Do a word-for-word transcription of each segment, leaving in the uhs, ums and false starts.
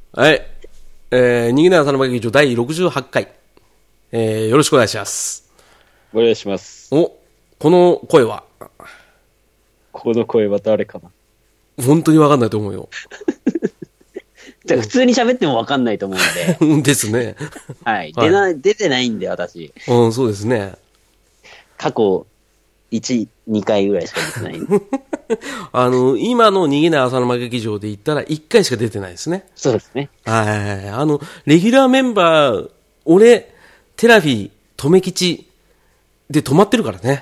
はい。えー、逃げない朝の劇場だいろくじゅうはちかい。えー、よろしくお願いします。 お願いします。 お、この声はこの声は誰かな。 本当にわかんないと思うよ。 じゃ普通に喋ってもわかんないと思うんで。 ですね。 はい。出な、出てないんで、私。 うん、そうですね。 過去、いち、にかいぐらいしか出てない。 あの、今の逃げない朝の劇場で言ったらいっかいしか出てないですね。 そうですね。 はい。あの、レギュラーメンバー、俺、テラフィ、とめきちで止まってるからね。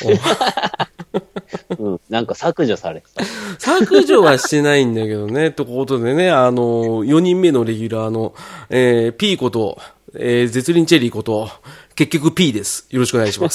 うん、なんか削除されてた。 削除はしてないんだけどね。ということでね、あの、よにんめのレギュラーの、えー、P こと、えー、絶倫チェリーこと、結局 P です。よろしくお願いします。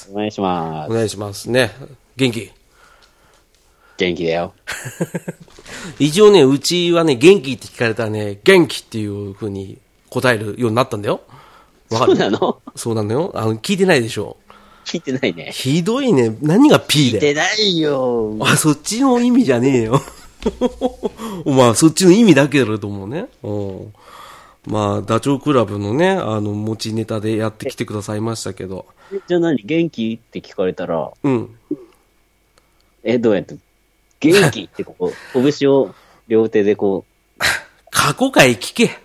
お願いします。 お願いしますね。元気元気だよ。 一応ね、うちはね、元気って聞かれたらね、元気っていう風に答えるようになったんだよ。わかる？ そうなの？ そうなんだよ。あの、聞いてないでしょ。 聞いてないね。 ひどいね。何が P で。 聞いてないよ。 あ、そっちの意味じゃねえよ。まあ、そっちの意味だけだと思うね。うん。まあ、ダチョウ倶楽部のね、あの、持ちネタでやってきてくださいましたけど。 じゃあ何？元気って聞かれたら、 うん。 え、どうやって元気ってこう、拳を両手でこう。 過去回聞け。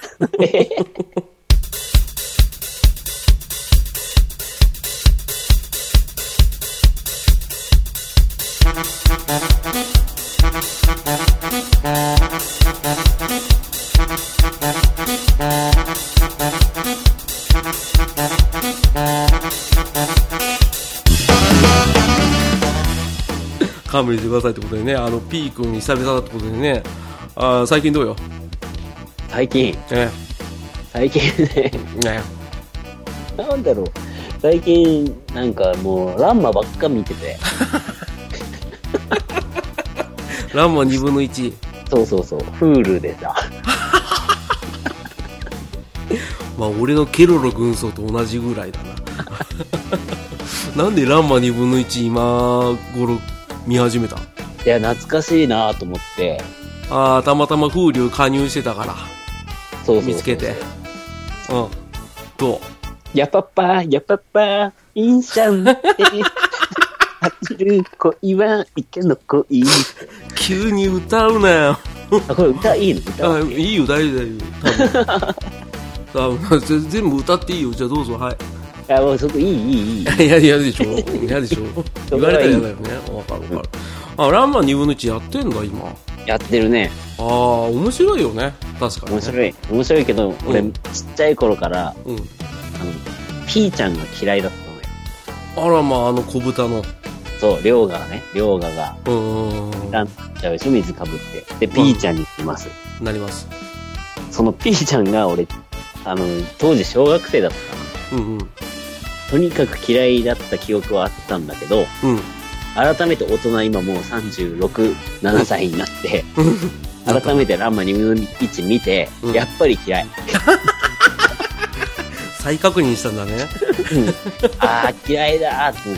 勘弁してくださいってことでね、あの P 君久々だってことでね、あ最近どうよ。 最近、 え最近ね、 ねなんだろう、最近なんかもうランマばっか見てて。 ランマにぶんのいち。 そうそうそう、フールでさ。 まあ俺のケロロ軍曹と同じぐらいだな。なんでランマにぶんのいち今頃見始めた？ いや、懐かしいなと思って。 ああ、たまたまHulu加入してたから。 そうそうそうそう。 見つけて。うん。どう？ やぱっぱ、やぱっぱ、いいじゃんって。走る恋は池の恋。 急に歌うなよ。 あ、これ歌いいの？歌あいいよ、大丈夫、大丈夫。多分。多分全部歌っていいよ。じゃあどうぞ、はい。 あ、もうそこいい、いい、いい。 いや、嫌でしょ。嫌でしょ。言われたら嫌だよね。わかるわかる。あ、ランマにぶんのいちやってんだ、今。 やってるね。 ああ、面白いよね。確かに、ね。 面白い。面白いけど、俺、うん、ちっちゃい頃から、 うん。あの、 ピーちゃんが嫌いだったのよ。 あら、まあ、あの小豚の。 そう、りょうががね、りょうがが。 うん。 なっちゃうでしょ、水かぶって。で、ピーちゃんに来ます。 なります。 そのピーちゃんが俺、あの、当時小学生だったの。うんうん。 とにかく嫌いだった記憶はあったんだけど、 うん、 改めて大人、今もうさんじゅうろく、ななさいになって、改めてランマにぶんのいち見て、うん、やっぱり嫌い。 再確認したんだね。 うん、ああ、嫌いだーと思って。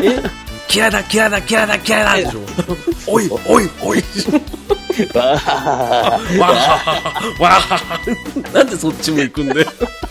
え嫌いだ、嫌いだ、嫌いだ、嫌いだでしょ。おい、おい、おい。 わー。 わー。わー。なんでそっちも行くんだよ。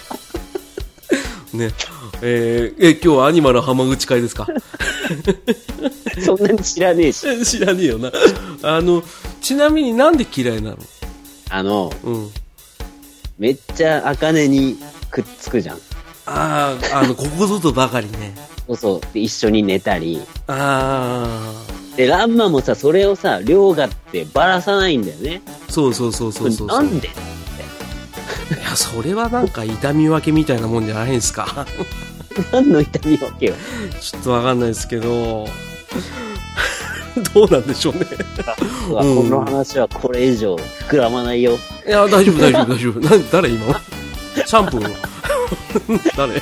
ね。えー、え、今日はアニマル浜口会ですか？ そんなに知らねえし。 知らねえよな。あの、ちなみになんで嫌いなの？ あの、 うん。 めっちゃ茜にくっつくじゃん。 ああ、あの、ここぞとばかりね。 そうそう。で、一緒に寝たり。 ああ。で、ランマもさ、それをさ、りょうがってばらさないんだよね。 そうそうそうそうそう。 なんで？ いや、それはなんか痛み分けみたいなもんじゃないんですか？ 何の痛み分けよ。 ちょっとわかんないですけど、どうなんでしょうね。 うわ、うん、この話はこれ以上膨らまないよ。 いや、大丈夫、大丈夫、大丈夫。な、誰今シャンプー誰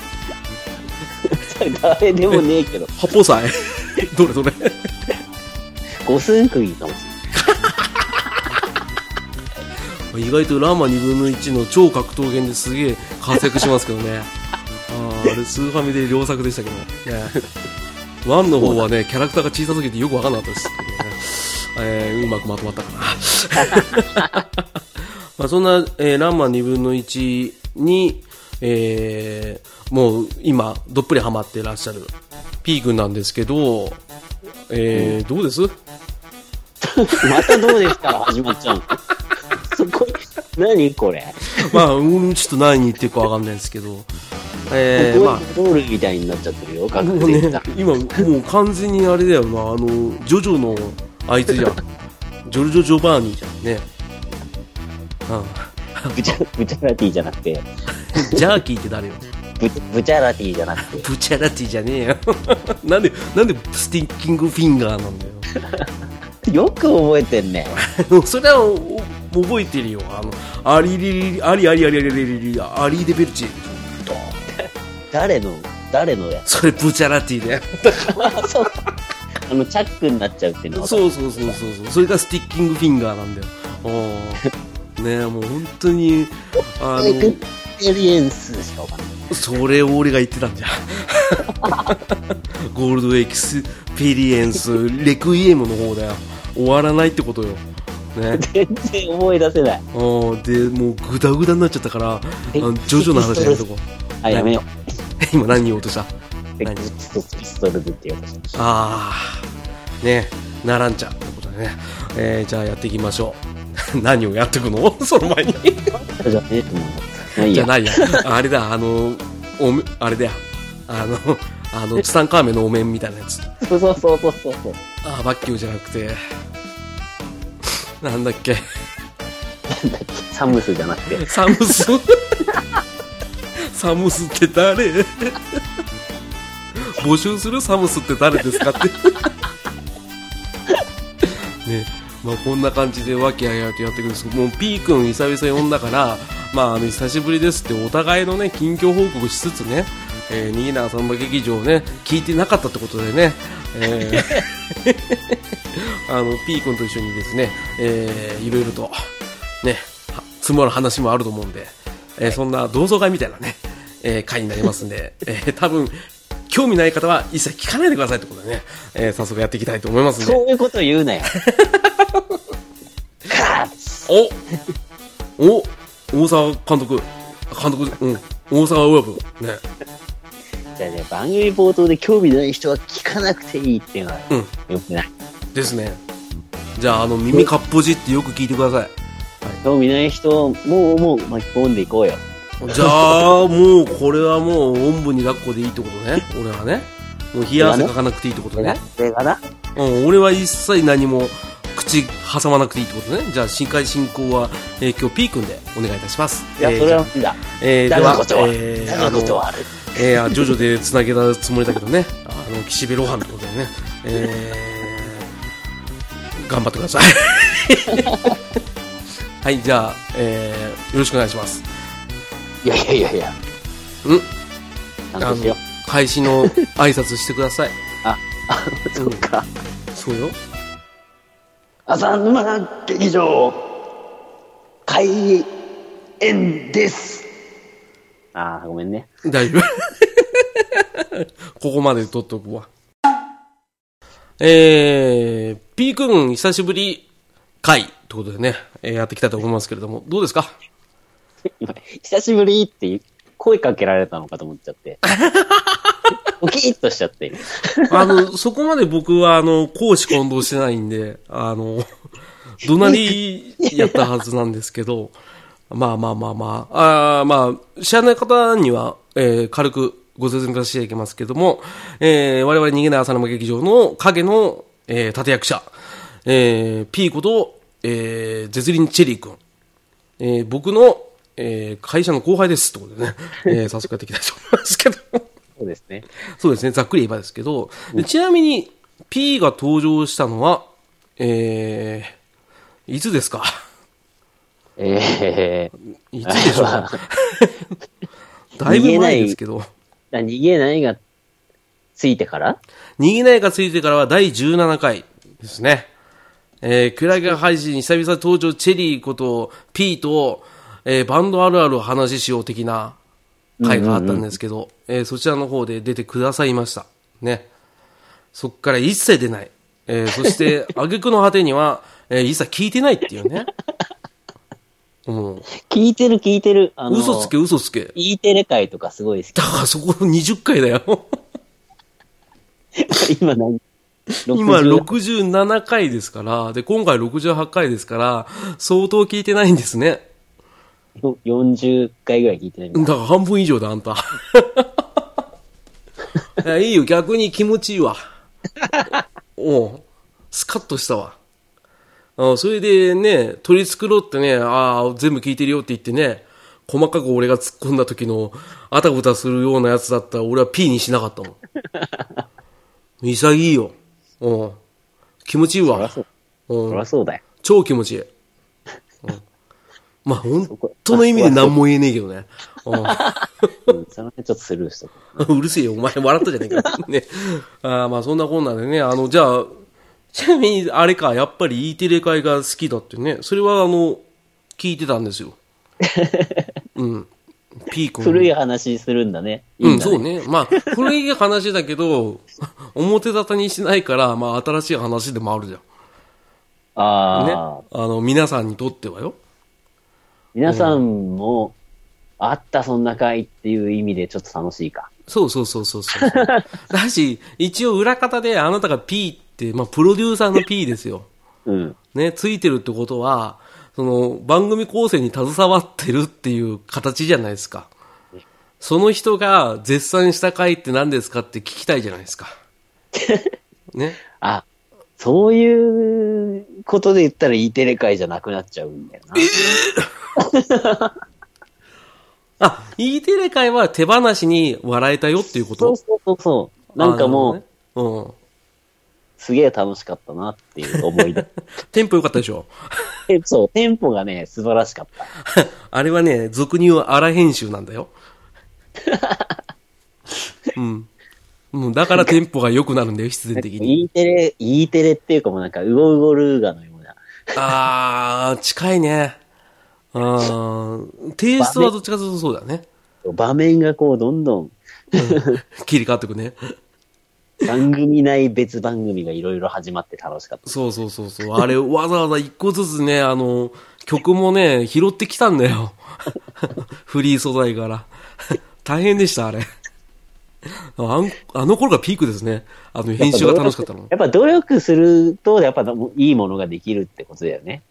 誰でもねえけど。 八宝菜どれどれ五寸釘かもしれない。意外とランマにぶんのいちの超格闘幻ですげえ活躍しますけどね。あ, あれスーファミで良作でしたけど、ね、ワンの方はねキャラクターが小さすぎてよく分かんなかったですけどね、えー、うまくまとまったかな。 まあ、そんな、えー、ランマにぶんのいちに、えー、もう今どっぷりハマってらっしゃる P 君なんですけど、えーうん、どうですまたどうですか始まっちゃうのそこ何これまあうんちょっと何言ってるかわかんないですけど、 えー、まあゴールみたいになっちゃってるよ確実に、 ね、今もう完全にあれだよな、あのジョジョのあいつじゃんジョルジョ・ジョバーニじゃんね、 うん、ブチャブチャラティじゃなくてジャーキーって誰よブ, ブチャラティじゃなくてブチャラティじゃねえよなんでなんでスティッキングフィンガーなんだよよく覚えてんねそれは覚えてるよ、あのアリリリアリアリアリアリアリリアリデベルチ誰の誰のやそれブチャラティだよそうあのチャックになっちゃうっていうのはそうそうそうそうそう、それがスティッキングフィンガーなんだよねえ、もう本当にあのエクスペリエンスしかわかんない。 それを俺が言ってたんじゃゴールドエクスペリエンスレクイエムの方だよ、終わらないってことよ、ね、 全然思い出せない。 でもうグダグダになっちゃったから、あのジョジョの話やめとこう。 あ、やめよう今何言おうとした？ 何ピストルズって言おうとしました。 ああね、ならんちゃうってことでね、えー、じゃあやっていきましょう何をやっていくのその前にじゃねえと思う。 じゃないや、あれだ、あのおめあれだよ、あのあのツタンカーメンのお面みたいなやつ。 そうそうそうそうそう。 ああ、バッキューじゃなくてなんだっけなんだっけ、サムスじゃなくてサムスサムスって誰募集するサムスって誰ですかってね、まあこんな感じで和気あいあいとやっていくんですけど、もう P 君久々呼んだから、まああの久しぶりですってお互いのね近況報告しつつね、えー、新永さんま劇場ね聞いてなかったってことでね、えー、あの P 君と一緒にですね、えー、いろいろとね積もる話もあると思うんで、えー、そんな同窓会みたいなね、えー、会になりますんで、えー、多分興味ない方は一切聞かないでくださいってことでね、えー、早速やっていきたいと思いますんで。 そういうこと言うなよおお大沢監督監督、うん、大沢親分ね。 じゃあね、番組冒頭で興味ない人は聞かなくていいっていうのは、うん、よくないですね。じゃああの耳かっぽじってよく聞いてください。はい、 興味ない人をもうもう巻き込んでいこうよ。 じゃあもうこれはもうおんぶに抱っこでいいってことね。俺はね、もう冷や汗かかなくていいってことね。 それがな、 うん、俺は一切何も口挟まなくていいってことね。じゃあ新回進行は、えー、今日 P 君でお願いいたします。 いや、えー、それは無理だ。 えー、では、 えー、あのえー、ジョジョでつなげたつもりだけどね、あの岸辺露伴ってことでね、えー、頑張ってくださいはい、じゃあ、えー、よろしくお願いします。 いやいやいやいや。 うん。 あの開始の挨拶してください。 あ、あ、そうか。 そうよ。 浅沼劇場開演です。あー、ごめんね。 大丈夫。ここまで撮っとくわ。えー、P 君久しぶり回ということでね、えー、やってきたと思いますけれども、どうですか？ 今久しぶりって声かけられたのかと思っちゃってドキッとしちゃってあのそこまで僕はあの公私混同してないんで、あの怒鳴りやったはずなんですけどまあまあまあまああまあ知らない方には、えー、軽くご説明させていただきますけども、えー、我々逃げない浅沼劇場の影の、えー、立役者、えー、P こと、えー、ゼズリンチェリー君、えー、僕のえー、会社の後輩ですってことでね、えー、早速やっていきたいと思いますけどそうですね。 そうですね、ざっくり言えばですけど、でちなみに P が登場したのは、えー、いつですか？ えー、いつでしょうかだいぶ前ですけど。 逃げないがついてから？ 逃げないがついてからはだいじゅうななかいですね。えー、クラゲ配信久々登場チェリーこと P とえー、バンドあるある話しよう的な回があったんですけど、うんうんうん、えー、そちらの方で出てくださいましたね。そっから一切出ない、えー、そして挙句の果てには、えー、一切聞いてないっていうねうん。 聞いてる聞いてる。あの、 嘘つけ嘘つけ。 E テレ会とかすごい好き。 だからそこにじゅっかいだよ。 今何今ろくじゅうななかいですから、で、今回ろくじゅうはちかいですから、相当聞いてないんですね。 よんじゅっかいぐらい聞いてない。 だから半分以上だ、あんた。いや、いいよ、逆に気持ちいいわ。おう、スカッとしたわ。あ、それでね、取り繕ってね、ああ、全部聞いてるよって言ってね、細かく俺が突っ込んだ時のあたふたするようなやつだったら俺は P にしなかったもん。潔いよ。うん。気持ちいいわ。 そりゃそう。そりゃそうだよ。 超気持ちいい。うん、まあ、本当の意味で何も言えねえけどね。うん。 その辺ちょっとスルーしとく。うるせえよ、お前笑ったじゃねえか。ね。あ、まあ、そんなこんなでね、あの、じゃあ、ちなみに、あれか、やっぱり E テレ会が好きだってね。それは、あの、聞いてたんですよ。うん。P 君。 古い話するんだね。 いいんだね。うん、そうね。まあ、古い話だけど、表沙汰にしないから、まあ、新しい話でもあるじゃん。 ああ。 ね。あの、皆さんにとってはよ。 皆さんも、うん、あった、そんな会っていう意味でちょっと楽しいか。 そうそうそうそうそう。だし、一応裏方であなたが P って、まあ、プロデューサーの P ですよ。 うん。 ね、ついてるってことは、その、番組構成に携わってるっていう形じゃないですか。その人が絶賛した回って何ですかって聞きたいじゃないですか。ね。 あ、そういうことで言ったら E テレ会じゃなくなっちゃうんだよな。 えー、あ、E テレ会は手放しに笑えたよっていうこと？ そうそうそう。なんかもう、ね、 うん。 すげえ楽しかったなっていう思い出。 テンポ良かったでしょ？ そう、テンポがね、素晴らしかった。 あれはね、俗に言う荒編集なんだよ。うん。うん、だからテンポが良くなるんだよ、必然的に。 E テレ、E テレっていうかもうなんか、ウゴウゴルーガのような。 あー、近いね。あー、テイストはどっちかというとそうだね。 場面がこう、どんどん、 うん、切り替わってくね。 番組内別番組がいろいろ始まって楽しかった。 そうそうそうそう。あれ、わざわざ一個ずつね、あの、曲もね、拾ってきたんだよ。フリー素材から。大変でした、あれ。あんあの頃がピークですね。あの、編集が楽しかったの。 やっぱ努力すると、やっぱいいものができるってことだよね。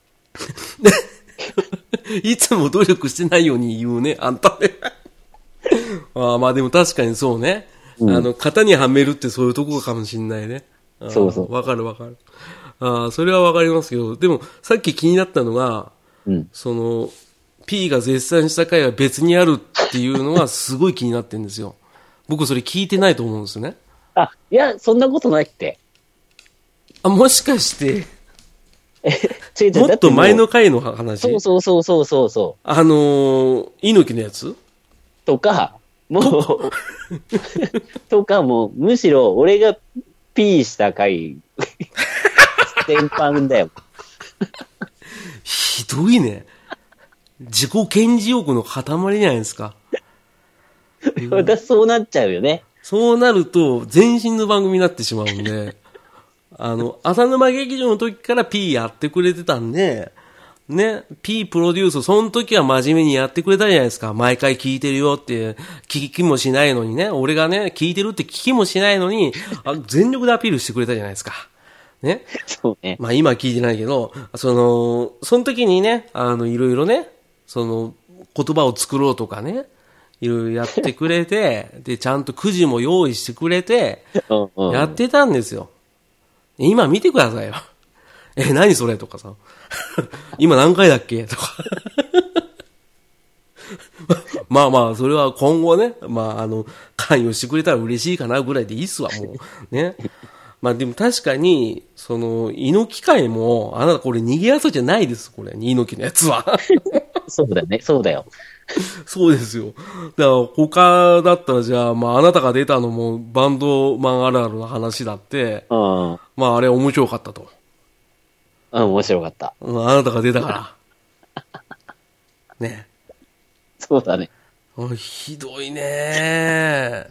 いつも努力してないように言うね、あんたね。あ、まあでも確かにそうね。うん、あの、型にはめるってそういうとこかもしんないね。 そうそう。 わかるわかる。ああ、それはわかりますけど、でもさっき気になったのが、うん、その、P が絶賛した回は別にあるっていうのがすごい気になってるんですよ。僕それ聞いてないと思うんですよね。 あ、いや、そんなことないって。 あ、もしかして、 え、違う違う、 もっと前の回の話。 そうそうそうそうそうそう。 あのー、猪木のやつとか、もう、とかもう、むしろ俺が P した回、全般だよ。 ひどいね。自己顕示欲の塊じゃないですか。 私そうなっちゃうよね。 そうなると、全身の番組になってしまうんで、あの、浅沼劇場の時から P やってくれてたんで、ね、P プロデュース、その時は真面目にやってくれたじゃないですか。毎回聞いてるよって、聞きもしないのにね、俺がね、聞いてるって聞きもしないのに、あ、全力でアピールしてくれたじゃないですか。ね。 そうね。 まあ今は聞いてないけど、その、その時にね、あの、いろいろね、その、言葉を作ろうとかね、いろいろやってくれて、で、ちゃんとくじも用意してくれて、やってたんですよ。今見てくださいよ。え、何それとかさ。今何回だっけとか。まあまあ、それは今後ね、まああの、関与してくれたら嬉しいかなぐらいでいいっすわ、もう。ね。まあでも確かに、その、猪木会も、あなたこれ逃げ朝じゃないです、これ。猪木のやつは。 そうだね、そうだよ。 そうですよ。だから他だったらじゃあ、まああなたが出たのもバンドマンあるあるの話だって、 うん、 まああれ面白かったと。 うん、面白かった。 うん、あなたが出たから。ね。 そうだね。 ひどいね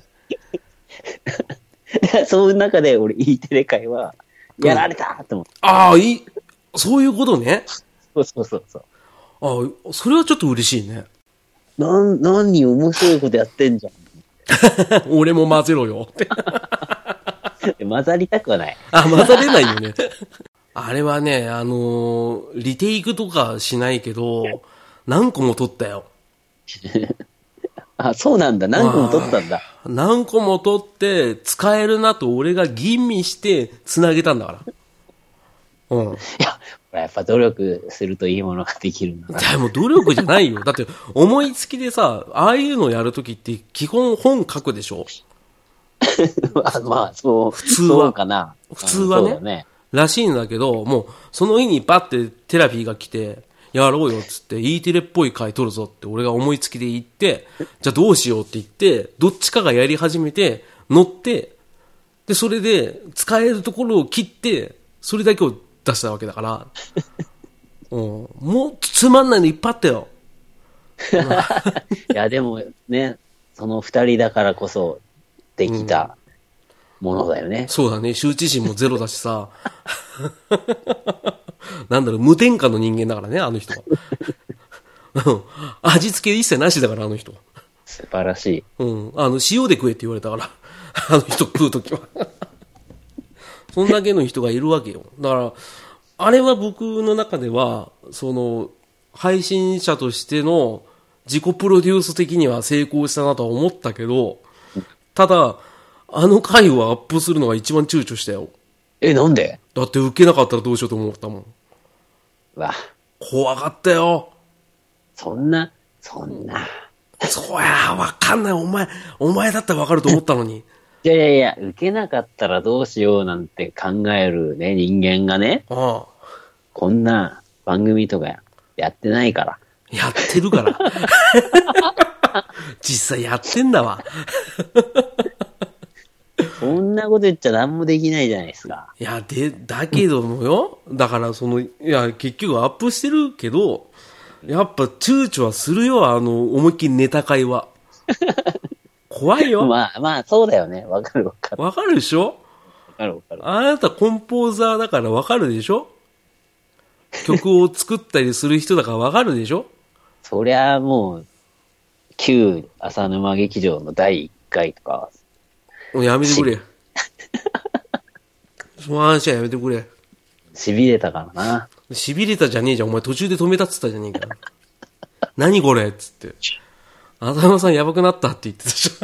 その中で俺 E テレ会は、やられたと思って。 うん、ああ、いい、そういうことね。 そうそうそうそう。 あ、それはちょっと嬉しいね。 なん、何面白いことやってんじゃん。 俺も混ぜろよって。 混ざりたくはない。 あ、混ざれないよね。あれはね、あのー、リテイクとかしないけど、何個も撮ったよ。 あ、そうなんだ。何個も撮ったんだ。 何個も撮って、使えるなと俺が吟味して繋げたんだから。うん。いや、やっぱ努力するといいものができるんだな。 でも努力じゃないよ。だって思いつきでさ、ああいうのやるときって基本本書くでしょ。 まあ、まあ、そう。 普通は。 そうかな。 普通はね。 そうだね。 らしいんだけど、もうその日にバッてテラピーが来て、やろうよっつって、E テレっぽい回撮るぞって俺が思いつきで言って、じゃあどうしようって言って、どっちかがやり始めて、乗って、で、それで使えるところを切って、それだけを出したわけだから、うん、もうつまんないのいっぱいあったよ。 いや、でもね、その二人だからこそできたものだよね。 うん、そうだね、羞恥心もゼロだしさ。なんだろう、無添加の人間だからね、あの人は。味付け一切なしだから、あの人。 素晴らしい。 うん。あの、塩で食えって言われたから、あの人食うときは。そんだけの人がいるわけよ。だから、あれは僕の中では、その、配信者としての自己プロデュース的には成功したなとは思ったけど、ただ、あの回をアップするのが一番躊躇したよ。 え、なんで？ だって受けなかったらどうしようと思ったもん。 わ。 怖かったよ。 そんな、そんな。 そうや、わかんない。お前、お前だったらわかると思ったのに。 いやいやいや、受けなかったらどうしようなんて考えるね、人間がね。 ああ。 こんな番組とかやってないから。 やってるから。実際やってんだわ。 そんなこと言っちゃ何もできないじゃないですか。 いや、で、だけどもよ。だからその、いや、結局アップしてるけど、やっぱ躊躇はするよ、あの、思いっきりネタ会は。怖いよ。 まあまあ、そうだよね。わかるわかる。 わかるでしょ？ わかるわかる。 あなたコンポーザーだからわかるでしょ？曲を作ったりする人だからわかるでしょ？ そりゃもう、旧浅沼劇場のだいいっかいとか。 もうやめてくれ。その話はやめてくれ。 痺れたからな。 痺れたじゃねえじゃん。お前途中で止めたっつったじゃねえか。何これっつって。浅沼さんやばくなったって言ってたじ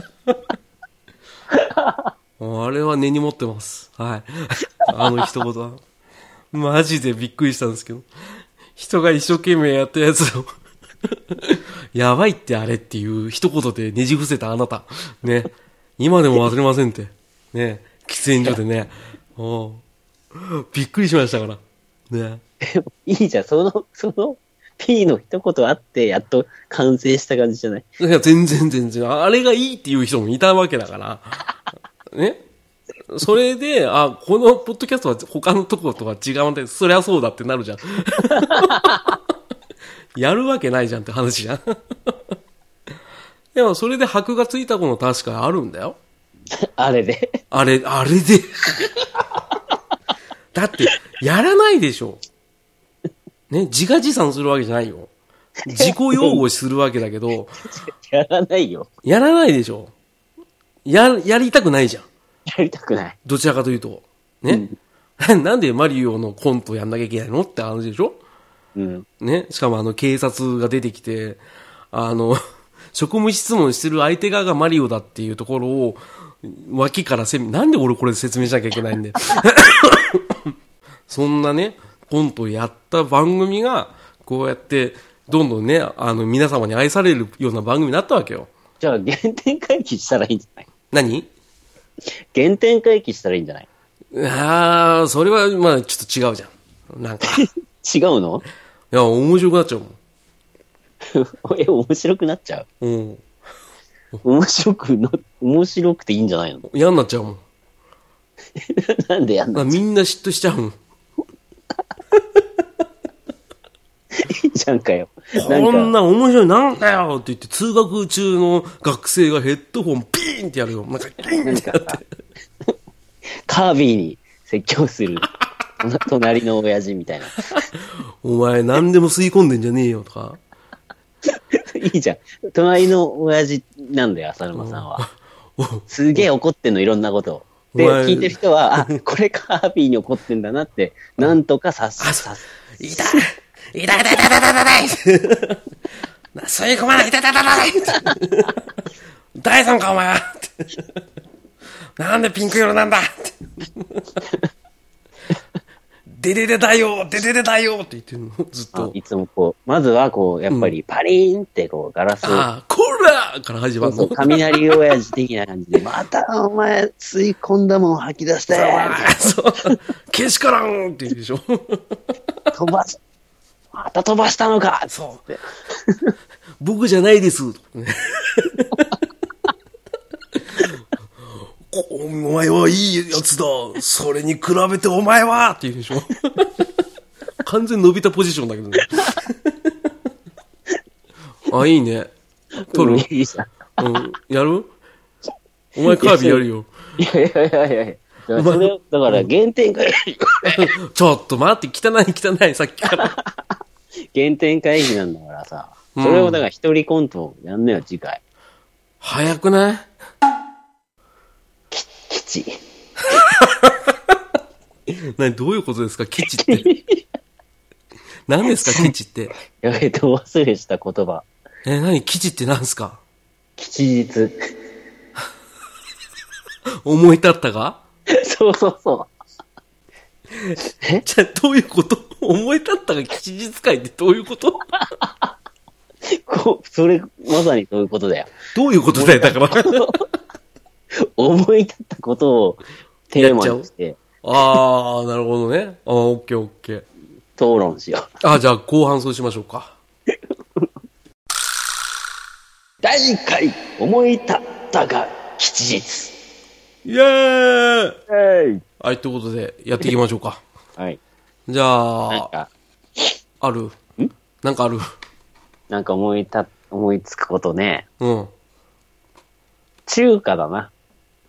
ゃん。あれは根に持ってます。はい。あの一言は。マジでびっくりしたんですけど。人が一生懸命やったやつをやばいってあれっていう一言でねじ伏せたあなた。ね。今でも忘れませんって。ね。喫煙所でね。おびっくりしましたから。ね。 いいじゃん。その、その、P の一言あって、やっと完成した感じじゃない？ いや、全然全然。あれがいいっていう人もいたわけだから。ね。それで、あ、このポッドキャストは他のとことは違うんで、そりゃそうだってなるじゃん。やるわけないじゃんって話じゃん。でもそれで箔がついたもの確かあるんだよ。 あれであれ、あれで。だって、やらないでしょ。ね、自画自賛するわけじゃないよ。自己擁護するわけだけど。 やらないよ。 やらないでしょ。や、やりたくないじゃん。 やりたくない。 どちらかというと。ね。うん、なんでマリオのコントやんなきゃいけないのって話でしょ。 うん。 ね。しかもあの警察が出てきて、あの、職務質問してる相手側がマリオだっていうところを、脇からせみ、なんで俺これ説明しなきゃいけないんだよ。そんなね、コントをやった番組が、こうやって、どんどんね、あの、皆様に愛されるような番組になったわけよ。 じゃあ、原点回帰したらいいんじゃない？ 何？ 原点回帰したらいいんじゃない？ ああ、それは、まあちょっと違うじゃん。なんか。 違うの？ いや、面白くなっちゃうもん。 え、面白くなっちゃう？うん。面白くな、面白くていいんじゃないの？ 嫌になっちゃうもん。 なんで嫌になっちゃう？ みんな嫉妬しちゃうもん。 いいじゃんかよ。 こんな面白いなんだよって言って通学中の学生がヘッドホンピーンってやるよ。なんかピーンってやって。 カービィに説教する。 隣の親父みたいな。 お前何でも吸い込んでんじゃねえよとか。 いいじゃん。隣の親父なんだよ、浅沼さんは。すげえ怒ってんの、いろんなことを。で、聞いてる人は、あ、これカービィに怒ってんだなって、なんとか察す。察す。 痛い痛い痛い痛い痛い痛い痛い吸い込まない痛い痛い痛い痛い第三かお前はなんでピンク色なんだデデデだよデデデだよって言ってるのずっと。 いつもこう、まずはこう、やっぱりパリーンってこう、ガラスを。 ああ、こらから始まるの。 そうそう、雷親父的な感じで、またお前吸い込んだもん吐き出してそう。けしからんって言うでしょ。 飛ばし、また飛ばしたのかそう。僕じゃないです。お前はいいやつだ。それに比べてお前はって言うでしょ。完全伸びたポジションだけどね。あ、いいね。取る、 いいじゃん。 うん。やるお前カービィやるよ。 いやいやいやいやいや。それ、だから原点回帰。 ちょっと待って、汚い汚い、さっきから。 原点回帰なんだからさ。それをだから一人コントやんのよ、次回。 早くない基地。 何、どういうことですか、基地って。何ですか、基地って。 やべえ、ど忘れした言葉。 え、何、基地って何すか吉日。 思い立ったがそうそうそう。 えじゃあ、どういうこと思い立ったが吉日会ってどういうことこう、それ、まさにそういうことだよ。 どういうことだよ、だから。 思い立ったことをテーマにして。 あー、なるほどね。あー、オッケーオッケー。 討論しよう。 あ、じゃあ後半そうしましょうか。 だいいっかい、思い立ったが吉日。 イェーイはい。 はい、ということで、やっていきましょうか。 はい。 じゃあ、 なんか、 あるんなんかあるなんか思いた、思いつくことね。 うん。 中華だな。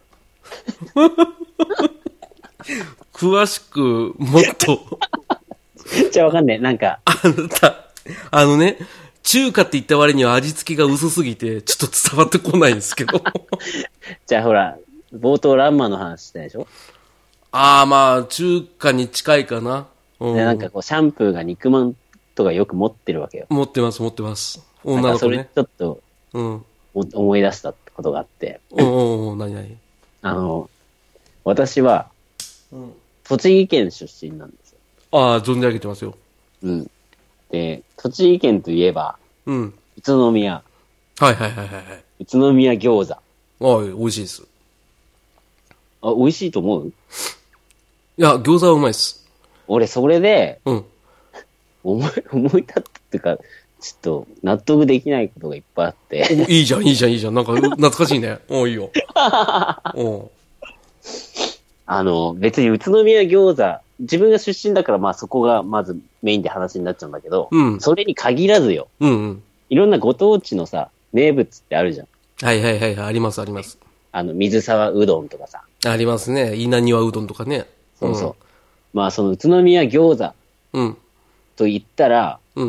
詳しく、もっと。 じゃあわかんねえ。なんか。 あなた、あのね、中華って言った割には味付けが薄すぎて、ちょっと伝わってこないんですけど。 じゃあほら、冒頭ランマの話したでしょ。 ああ、まあ、中華に近いかな。うん、 でなんかこう、シャンプーが肉まんとかよく持ってるわけよ。 持ってます、持ってます。女の子それね。 ちょっと、 うん。 思い出したことがあって。 おおおなになにあの、私は、 うん、 栃木県出身なんですよ。 ああ、存じ上げてますよ。 うん。で、栃木県といえば、 うん。 宇都宮。 はいはいはいはいはい。 宇都宮餃子。 ああ、美味しいです。 あ、美味しいと思う？ いや、餃子はうまいっす。 俺、それで、 うん。 思い、思い立ったっていうか、ちょっと、納得できないことがいっぱいあって。 いいじゃん、いいじゃん、いいじゃん。なんか、懐かしいね。おいいよ。おあの、別に宇都宮餃子、自分が出身だから、まあそこがまずメインで話になっちゃうんだけど、 うん。 それに限らずよ。 うんうん。 いろんなご当地のさ、名物ってあるじゃん。 はいはいはいはい、ありますあります。 あの、水沢うどんとかさ。 ありますね。稲庭うどんとかね。 そうそう。うん、まあその宇都宮餃子。 うん。 と言ったら、 うん。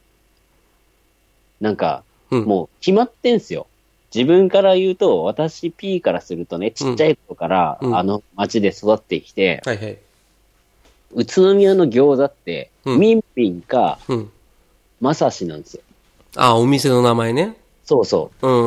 なんか、うん、もう決まってんすよ。自分から言うと、私 P からするとね、ちっちゃい頃から、うん、あの町で育ってきて、 はいはい。 宇都宮の餃子って、うん、ミンピンか、うん、まさしなんですよ。 あ、お店の名前ね。 そうそう。 うん。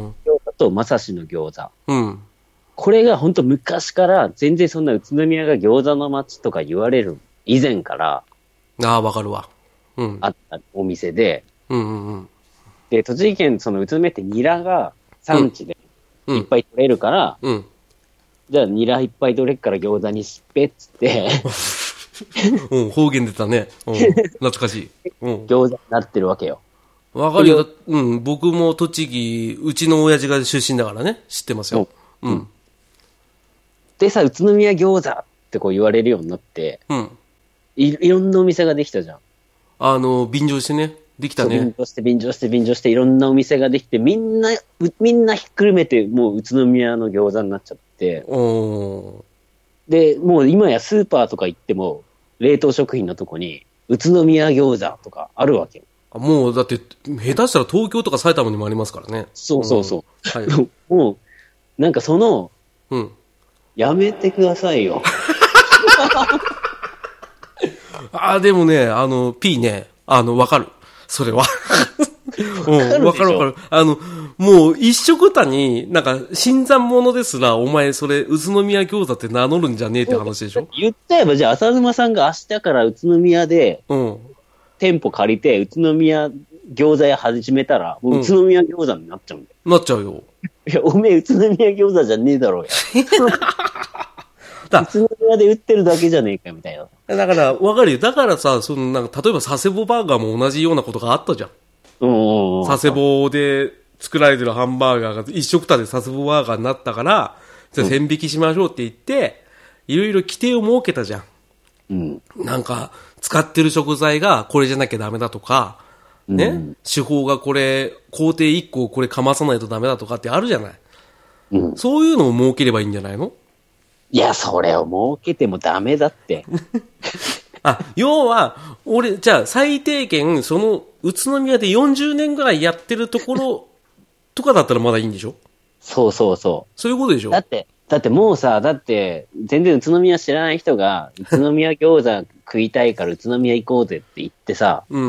餃子とまさしの餃子。 うん。 これが本当昔から、全然そんな宇都宮が餃子の町とか言われる以前から、 ああ、わかるわ。うん。 あったお店で、 うんうんうん。 で、栃木県、その宇都宮ってニラが産地でいっぱい取れるから、 うん。うん、 じゃあニラいっぱい取れるから餃子にしっぺっつって、 うん、方言出たね。うん、懐かしい。うん。 餃子になってるわけよ。 わかるよ。うん、僕も栃木、うちの親父が出身だからね、知ってますよ。うん。うん、 でさ、宇都宮餃子ってこう言われるようになって、 うん。 い, いろんなお店ができたじゃん。 あの、便乗してね。できたね。 便乗して、便乗して、便乗して、いろんなお店ができて、みんな、みんなひっくるめて、もう宇都宮の餃子になっちゃって。 おで、もう今やスーパーとか行っても、冷凍食品のとこに、宇都宮餃子とかあるわけよ。 もう、だって、下手したら東京とか埼玉にもありますからね。 そうそうそう。 うん、はい、 もう、なんかその、 うん。 やめてくださいよ。 ああ、でもね、あの、P ね、あの、わかる。それは。うん、わかるわかる。あの、もう一緒たに、なんか、新参者ですら、お前それ、宇都宮餃子って名乗るんじゃねえって話でしょ。 言っちゃえば、じゃあ、浅沼さんが明日から宇都宮で、うん。店舗借りて、宇都宮餃子屋始めたら、もう宇都宮餃子になっちゃうんだよ。 うん、なっちゃうよ。 いや、おめえ宇都宮餃子じゃねえだろうや。だ宇都宮で売ってるだけじゃねえかみたいな。 だから、わかるよ。だからさ、そのなんか、例えば佐世保バーガーも同じようなことがあったじゃん。うんうんうん、佐世保で作られてるハンバーガーが一緒くたで佐世保バーガーになったから、じゃあ線引きしましょうって言って、いろいろ規定を設けたじゃん。うん。なんか、使ってる食材がこれじゃなきゃダメだとか、ね、うん、手法がこれ、工程いっここれかまさないとダメだとかってあるじゃない。うん。そういうのを設ければいいんじゃないの？ いや、それを設けてもダメだって。 あ、要は、俺、じゃあ最低限、その、宇都宮でよんじゅうねんぐらいやってるところとかだったらまだいいんでしょ？ そうそうそう。 そういうことでしょ？ だって、だってもうさ、だって、全然宇都宮知らない人が、宇都宮餃子食いたいから宇都宮行こうぜって言ってさ、うん。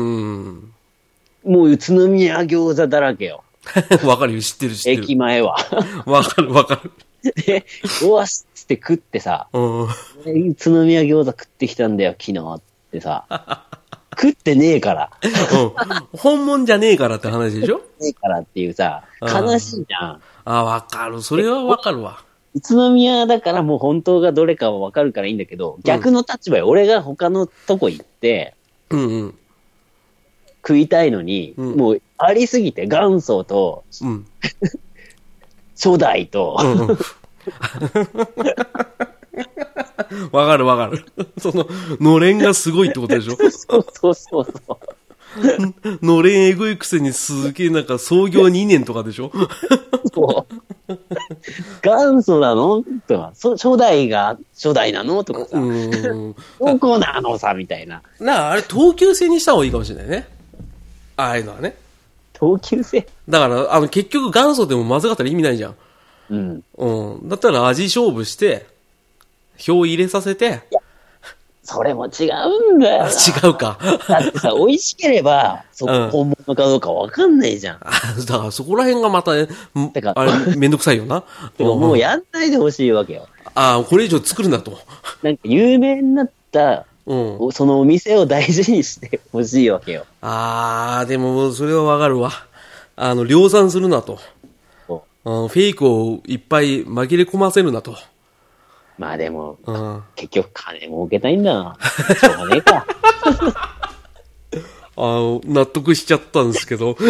もう宇都宮餃子だらけよ。 わかるよ、知ってる知ってる。 駅前は。 わかるわかる。 で、うわっつって食ってさ、うん、宇都宮餃子食ってきたんだよ、昨日ってさ。食ってねえから、 うん。本物じゃねえからって話でしょ？ ねえからっていうさ、悲しいじゃん。 あ、わかる。それはわかるわ。 宇都宮だからもう本当がどれかはわかるからいいんだけど、逆の立場よ。俺が他のとこ行って、うんうん、食いたいのに、うん、もうありすぎて元祖と、うん、初代と、うんうんわかるわかる。その、のれんがすごいってことでしょ？ そうそうそうそう。 のれんえぐいくせにすげえなんか創業にねんとかでしょ？ そう。元祖なのとか、初代が初代なのとかさ。うんどこなのさみたいな。 なあ、あれ東急線にした方がいいかもしれないね。ああいうのはね。 東急線？ だから、あの結局元祖でもまずかったら意味ないじゃん。うん。うん。だったら味勝負して、票入れさせて。いや、 それも違うんだよな。 違うか。 だってさ、美味しければ、そこ本物かどうかわかんないじゃん。 うん、だからそこら辺がまた、ね、てかあれ、めんどくさいよな。 てかもうやんないでほしいわけよ。 ああ、これ以上作るなと。 なんか有名になった、うん、そのお店を大事にしてほしいわけよ。 ああ、でもそれはわかるわ。あの、量産するなと。フェイクをいっぱい紛れ込ませるなと。 まあでも、うん、結局金儲けたいんだな。しょうがねえか。 あの、納得しちゃったんですけど。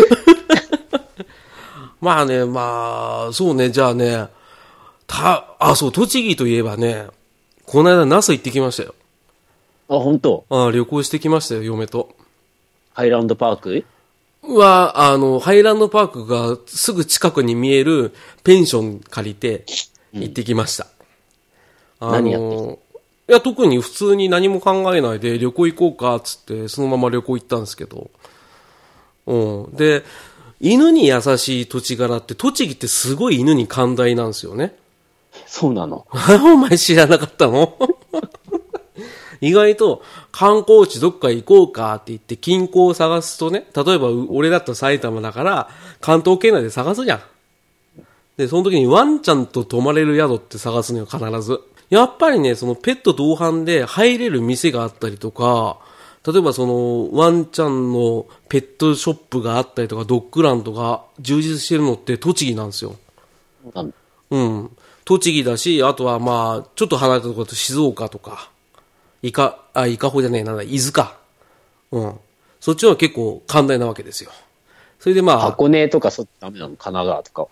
まあね、まあ、そうね、じゃあね、た、あ、そう、栃木といえばね、この間那須行ってきましたよ。 あ、本当？ あ、旅行してきましたよ、嫁と。 ハイランドパークは、あの、ハイランドパークがすぐ近くに見えるペンション借りて行ってきました。 うん、何やってきた？ いや、特に普通に何も考えないで旅行行こうかっつってそのまま旅行行ったんですけど。うん。で、犬に優しい土地柄って栃木ってすごい犬に寛大なんですよね。 そうなの？ お前知らなかったの？意外と観光地どっか行こうかって言って近郊を探すとね、例えば俺だったら埼玉だから関東圏内で探すじゃん。で、その時にワンちゃんと泊まれる宿って探すのよ、必ず。やっぱりね、そのペット同伴で入れる店があったりとか、例えばそのワンちゃんのペットショップがあったりとか、ドッグランとか充実してるのって栃木なんですよ。うん。栃木だし、あとはまあ、ちょっと離れたところだと静岡とか、イカ、あ、イカホじゃねえ、なんだ、伊豆か。うん。そっちは結構寛大なわけですよ。それでまあ。 箱根とかそっちダメなの？神奈川とかは。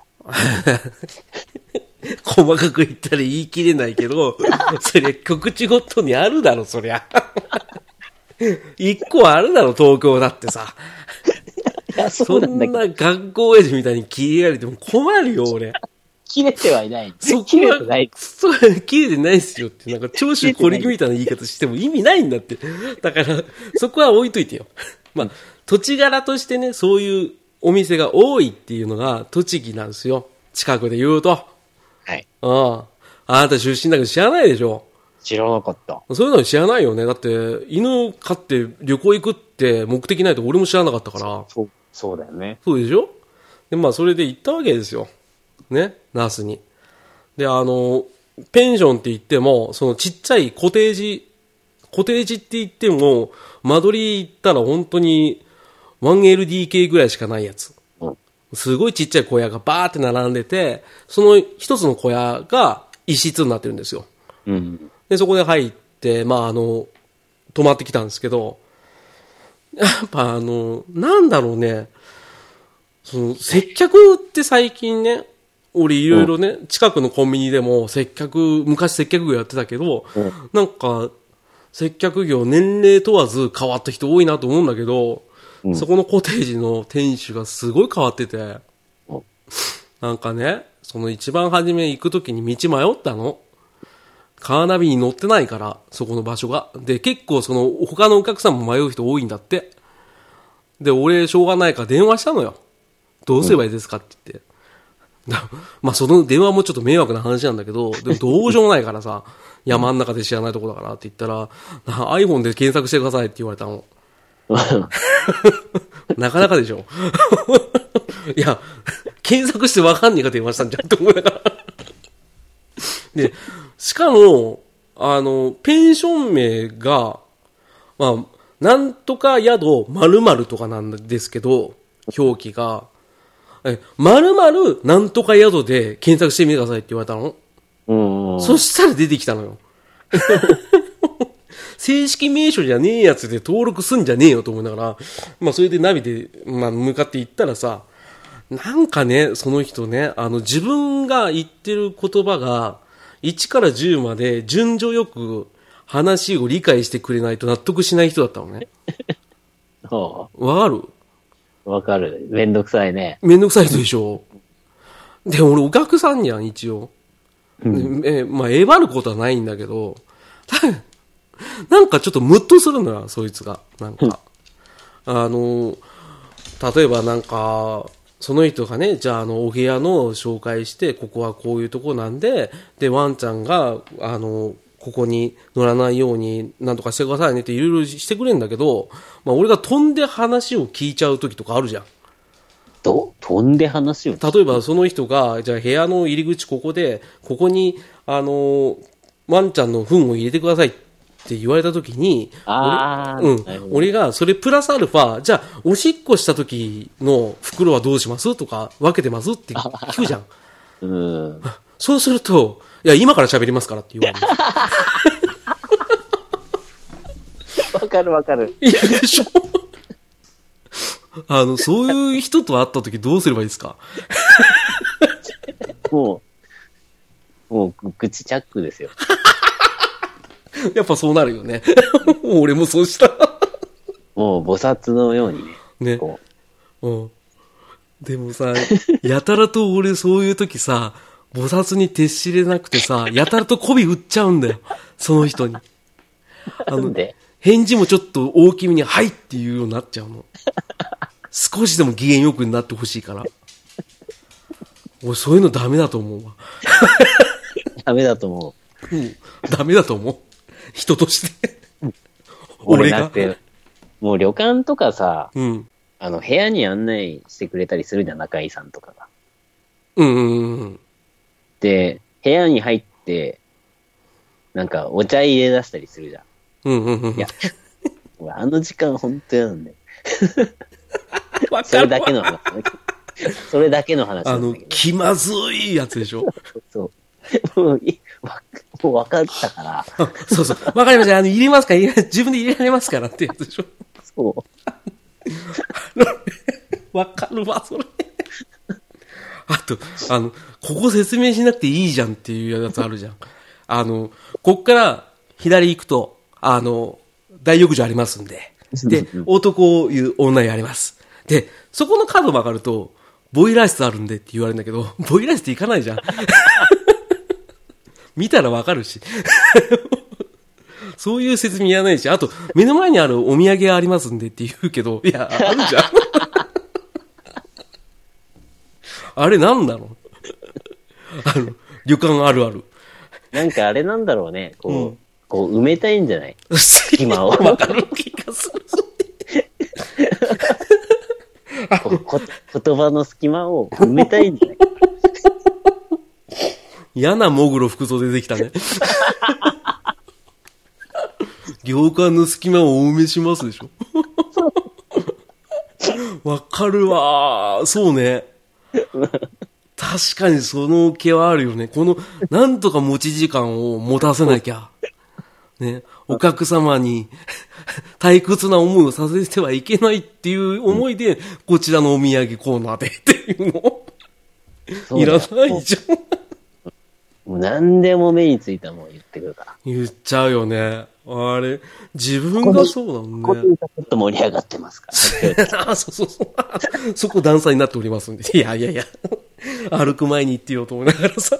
細かく言ったら言い切れないけど、そりゃ局地ごとにあるだろ、そりゃ。一個あるだろ、東京だってさ。 いや、そうなんだけど。 そんな学校親父みたいに切りられても困るよ、俺。 切れてはいない。 そこは、 切れてない。 そう、切れてないっすよって、なんか、長州小力みたいな言い方しても意味ないんだって。だから、そこは置いといてよ。まあ、土地柄としてね、そういうお店が多いっていうのが栃木なんですよ。近くで言うと。 はい。 ああ。あなた出身だけど知らないでしょ。 知らなかった。 そういうの知らないよね。だって、犬飼って旅行行くって目的ないと俺も知らなかったから。 そう、そうだよね。 そうでしょ。で、まあ、それで行ったわけですよ。ね、ナースに。で、あの、ペンションって言っても、そのちっちゃいコテージ、コテージって言っても、間取り行ったら本当に ワンエルディーケー ぐらいしかないやつ。 うん、 すごいちっちゃい小屋がバーって並んでて、その一つの小屋が一室になってるんですよ。 うん、 で、そこで入って、まあ、あの、泊まってきたんですけど、やっぱあの、なんだろうね、その接客って最近ね、俺いろいろね、うん、近くのコンビニでも接客、昔接客業やってたけど、うん、なんか、接客業年齢問わず変わった人多いなと思うんだけど、うん、そこのコテージの店主がすごい変わってて、うん、なんかね、その一番初め行くときに道迷ったの。カーナビに乗ってないから、そこの場所が。で、結構その他のお客さんも迷う人多いんだって。で、俺しょうがないから電話したのよ。どうすればいいですかって言って。まあその電話もちょっと迷惑な話なんだけど、でもどうしようもないからさ、山の中で知らないとこだからって言ったら、iPhone で検索してくださいって言われたの。なかなかでしょ。いや、検索してわかんねえか電話したんじゃんって思いながら。で、しかも、あの、ペンション名が、まあ、なんとか宿〇〇とかなんですけど、表記が、え、〇〇なんとか宿で検索してみてくださいって言われたの。 うんうん、 そしたら出てきたのよ。正式名称じゃねえやつで登録すんじゃねえよと思いながら、まあそれでナビで、まあ向かって行ったらさ、なんかね、その人ね、あの自分が言ってる言葉がいちからじゅうまで順序よく話を理解してくれないと納得しない人だったのね。わかる？ わかる。めんどくさいね。 めんどくさい人でしょ。で、俺お客さんやん、一応。うん、え、まあ、えばることはないんだけど、なんかちょっとムッとするのよ、そいつが。なんか。あの、例えばなんか、その人がね、じゃああの、お部屋の紹介して、ここはこういうとこなんで、で、ワンちゃんが、あの、ここに乗らないようになんとかしてくださいねっていろいろしてくれるんだけど、まあ俺が飛んで話を聞いちゃう時とかあるじゃん。 と飛んで話を例えばその人が、じゃあ部屋の入り口ここで、ここに、あの、ワンちゃんの糞を入れてくださいって言われた時に、 あ俺、うん、俺がそれプラスアルファ、じゃあおしっこした時の袋はどうしますとか分けてますって聞くじゃん。 うん、 そうすると、いや、今から喋りますからって言われる。 わかるわかる。 いや、でしょあの、そういう人と会った時どうすればいいですか？ もう、もう、口チャックですよ。 やっぱそうなるよね。俺もそうした。 もう、菩薩のようにね。 ね。うん。でもさ、やたらと俺そういう時さ、菩薩に徹しれなくてさ、やたらと媚び売っちゃうんだよ。その人に。あの、返事もちょっと大きめに、はいっていうようになっちゃうの。少しでも機嫌よくなってほしいから。俺そういうのダメだと思うわ。 ダメだと思う。うん。ダメだと思う。人として。 俺が。だって、もう旅館とかさ、 うん。 あの、部屋に案内してくれたりするじゃん、中井さんとかが。 うんうんうん。 で、部屋に入って、なんかお茶入れ出したりするじゃん。 うんうんうん。 いや、俺あの時間本当嫌なんだよ。 わかるわ。 それだけの話。それだけの話なんだけど。あの、気まずいやつでしょ。 そう。もう、もう分かったから。 そうそう。わかりました。あの、入れますから、自分で入れられますからってやつでしょ。 そう。 わかるわ、それ。あと、あの、ここ説明しなくていいじゃんっていうやつあるじゃん。あの、こっから左行くと、あの、大浴場ありますんで。で、男湯、女湯あります。で、そこの角曲がると、 ボイラー室あるんでって言われるんだけど、ボイラー室って行かないじゃん。見たらわかるし。そういう説明やないし、あと、目の前にあるお土産ありますんでって言うけど、いや、あるじゃん。あれなんだろうあの、旅館あるある。 なんかあれなんだろうね。こう、うん、こう埋めたいんじゃない隙間を。わかる気がする。 ここ言葉の隙間を埋めたいんじゃない嫌なモグロ服装出てきたね。行間の隙間をお埋めしますでしょ。わかるわー。そうね。確かにその気はあるよね。この、なんとか持ち時間を持たせなきゃ。ね。お客様に退屈な思いをさせてはいけないっていう思いで、こちらのお土産コーナーでっていうのいらないじゃん。 もう何でも目についたもん言ってくるから。 言っちゃうよね。あれ、自分がそうだもんね。 ここでちょっと盛り上がってますから。 あ、そうそうそう。そこ段差になっておりますんで。いやいやいや。歩く前に言ってようと思いながらさ。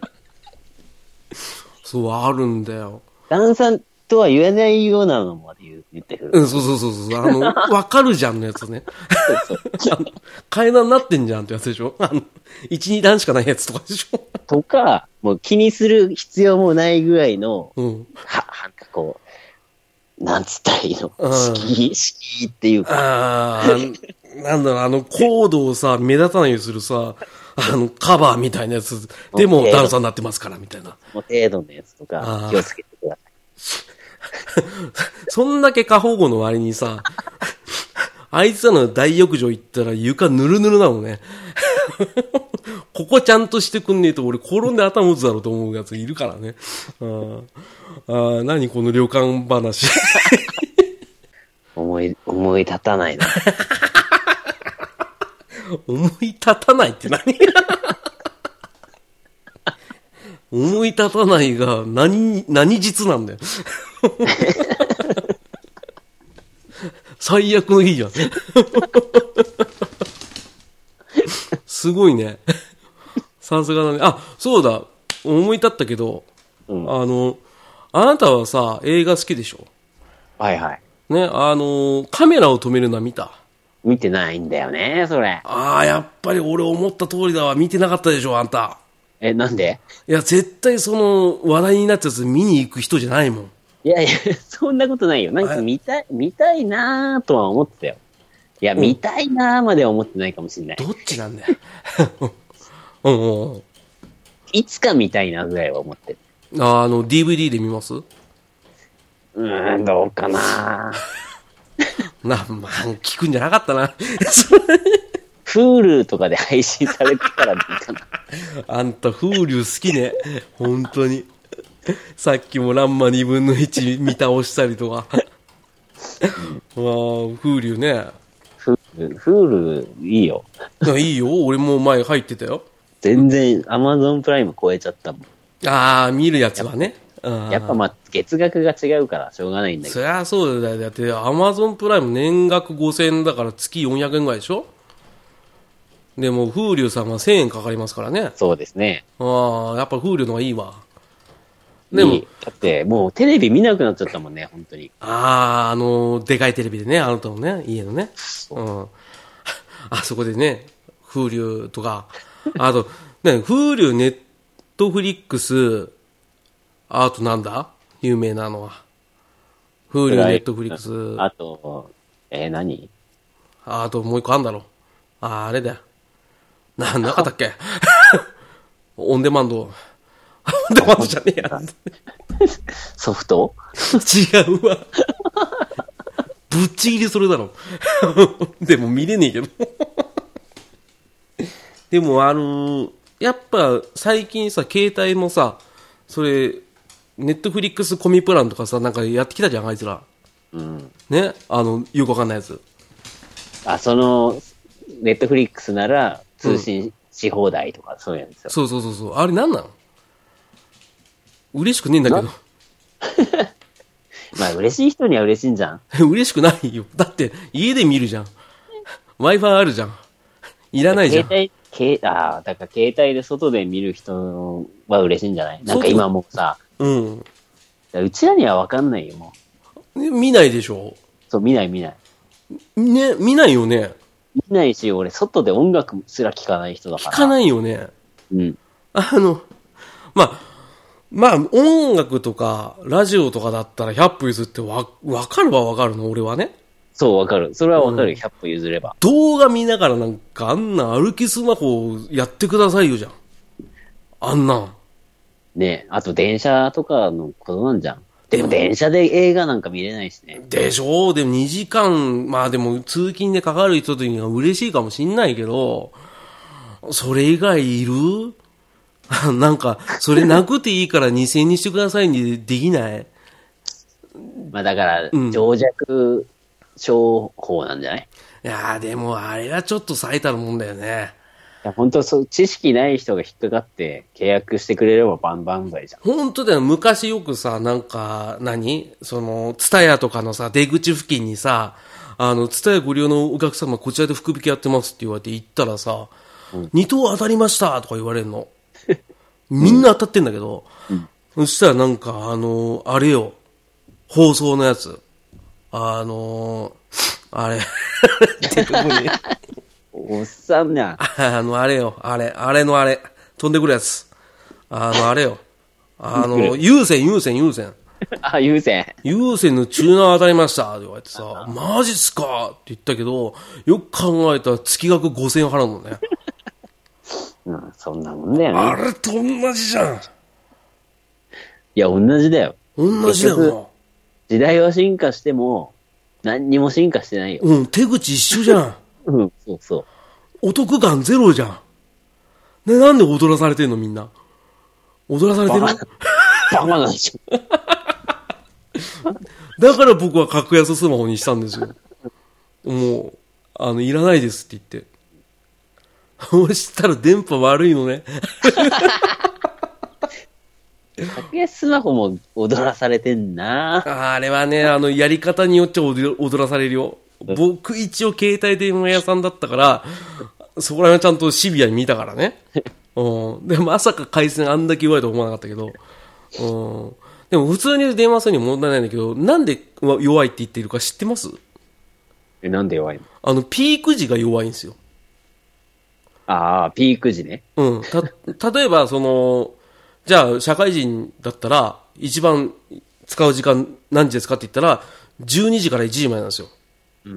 そう、あるんだよ。 段差とは言えないようなのまで言, 言ってくる。 うん、そうそうそうそう。あの、わかるじゃんのやつね。そうそう。階段になってんじゃんってやつでしょ。あの、一、二段しかないやつとかでしょ。 とか、もう気にする必要もないぐらいの、 うん、 は、なんかこう、なんつったらいいの、敷居、敷居っていうか。 ああ、なんだろう、あの、コードをさ、目立たないようにするさ、あの、カバーみたいなやつでも段差になってますから、みたいな。 もう程度のやつとか、気をつけてください。 そんだけ過保護の割にさ、あいつらの大浴場行ったら床ぬるぬるなのね。ここちゃんとしてくんねえと俺転んで頭打つだろうと思うやついるからね。ああ、何この旅館話。 思い、思い立たないな。 思い立たないって何思い立たないが何、何実なんだよ。最悪の日じゃん。すごいね。さすがだね。あ、そうだ。思い立ったけど、うん、あの、あなたはさ、映画好きでしょ？ はいはい。 ね、あの、カメラを止めるのは見た？ 見てないんだよね、それ。 ああ、やっぱり俺思った通りだわ。見てなかったでしょ、あんた。 え、なんで？ いや、絶対その、話題になったやつ見に行く人じゃないもん。 いやいや、そんなことないよ。なんか見たい、見たいなぁとは思ってたよ。いや、見たいなぁまでは思ってないかもしれない。 どっちなんだよ。うんうん。 いつか見たいなぐらいは思ってる。 あ、あの、ディーブイディー で見ます？ うーん、どうかなな、まあ、聞くんじゃなかったな。 Hulu とかで配信されてたらどうかな。 あんた Hulu 好きね。本当に。さっきもランマにぶんのいち見倒したりとか。ああ、Hulu ね。 Hulu、Hulu いいよ。 いいよ。俺も前入ってたよ。 全然 Amazon プライム超えちゃったもん。 ああ、見るやつはね。 やっぱまあ、月額が違うからしょうがないんだけど。 そりゃそうだよ。だって、Amazon プライム年額ごせんえんだから月よんひゃくえんぐらいでしょ？でも、Hulu さんはせんえんかかりますからね。 そうですね。 ああ、やっぱ Hulu の方がいいわ。でも、 だって、もうテレビ見なくなっちゃったもんね、本当に。 ああ、あの、でかいテレビでね、あなたのね、家のね。うん。あそこでね、Hulu とか、あと、ね、Hulu、Netflix、あとなんだ有名なのは。Hulu、Netflix。 あと、えー、何あともう一個あんだろ。あ、あれだよ。な、なかったっけオンデマンド。オンデマンドじゃねえや。 ソフト違うわ。ぶっちぎりそれだろ。でも見れねえけど。でもあの、やっぱ最近さ、携帯もさ、それ、ネットフリックスコミプランとかさ、なんかやってきたじゃん、あいつら。 うん。 ね、あの、よくわかんないやつ。 あ、その、ネットフリックスなら通信し放題とか、そういうやつですよ。 そうそうそうそう。あれなんなの？嬉しくねえんだけど。 まあ嬉しい人には嬉しいんじゃん。 嬉しくないよ。だって家で見るじゃん。Wi-Fi あるじゃん。 いらないじゃん。 携帯、携ああ、だから携帯で外で見る人は嬉しいんじゃない？なんか今もうさ、 うん。 うちらにはわかんないよ、もう。見ないでしょ？ そう、見ない見ない。 ね、見ないよね。 見ないし、俺、外で音楽すら聴かない人だから。 聴かないよね。 うん。 あの、まあ、まあ、音楽とか、ラジオとかだったらひゃっぽ譲ってわ、わかるはわかるの、俺はね。 そう、わかる。それはわかるよ、 うん、 ひゃっぽ譲れば。 動画見ながらなんか、あんな歩きスマホやってくださいよじゃん。あんなん。 ねえ、あと電車とかのことなんじゃん。でも電車で映画なんか見れないしね。 でしょ？でもにじかん、まあでも通勤でかかる人というのは嬉しいかもしんないけど、それ以外いる？なんか、それなくていいからにせんえんにしてくださいにできない？ まあだから、情弱商法なんじゃない？ いやーでもあれはちょっと最たるもんだよね。 いや本当そう、知識ない人が引っかかって契約してくれればバンバン剤じゃん。 本当だよ。昔よくさ、なんか、何その、ツタヤとかのさ、出口付近にさ、あの、ツタヤご利用のお客様こちらで福引きやってますって言われて行ったらさ、うん、に等当たりましたとか言われるの。みんな当たってんだけど、うん、そしたらなんか、あの、あれよ、放送のやつ。あの、あれ、出てこねおっさんな。 あの、あれよ、あれ、あれのあれ、飛んでくるやつ。あの、あれよ。あの、優先、優先、優先。 あ、優先。 優先のチューナー当たりました。って言われてさ、マジっすかって言ったけど、よく考えたら月額ごせんえん払うのね。 うん、そんなもんだよね。 あれと同じじゃん。いや、同じだよ。 同じだよ。 時代は進化しても、何にも進化してないよ。 うん、手口一緒じゃん。 うん、そうそう。 お得感ゼロじゃん。ね、なんで踊らされてんのみんな。踊らされてる？ バカなんでしょ。 だから僕は格安スマホにしたんですよ。もう、あの、いらないですって言って。そしたら電波悪いのね。 格安スマホも踊らされてんな。 あれはね、あの、やり方によっちゃ踊らされるよ。僕一応携帯電話屋さんだったから、そこら辺はちゃんとシビアに見たからね。うん。でもまさか回線あんだけ弱いと思わなかったけど。うん。でも普通に電話するには問題ないんだけど、なんで弱いって言っているか知ってます？ え、なんで弱いの？ あの、ピーク時が弱いんですよ。 ああ、ピーク時ね。 うん。た、例えば、その、じゃあ、社会人だったら、一番使う時間何時ですかって言ったら、じゅうにじからいちじまでなんですよ。 うん。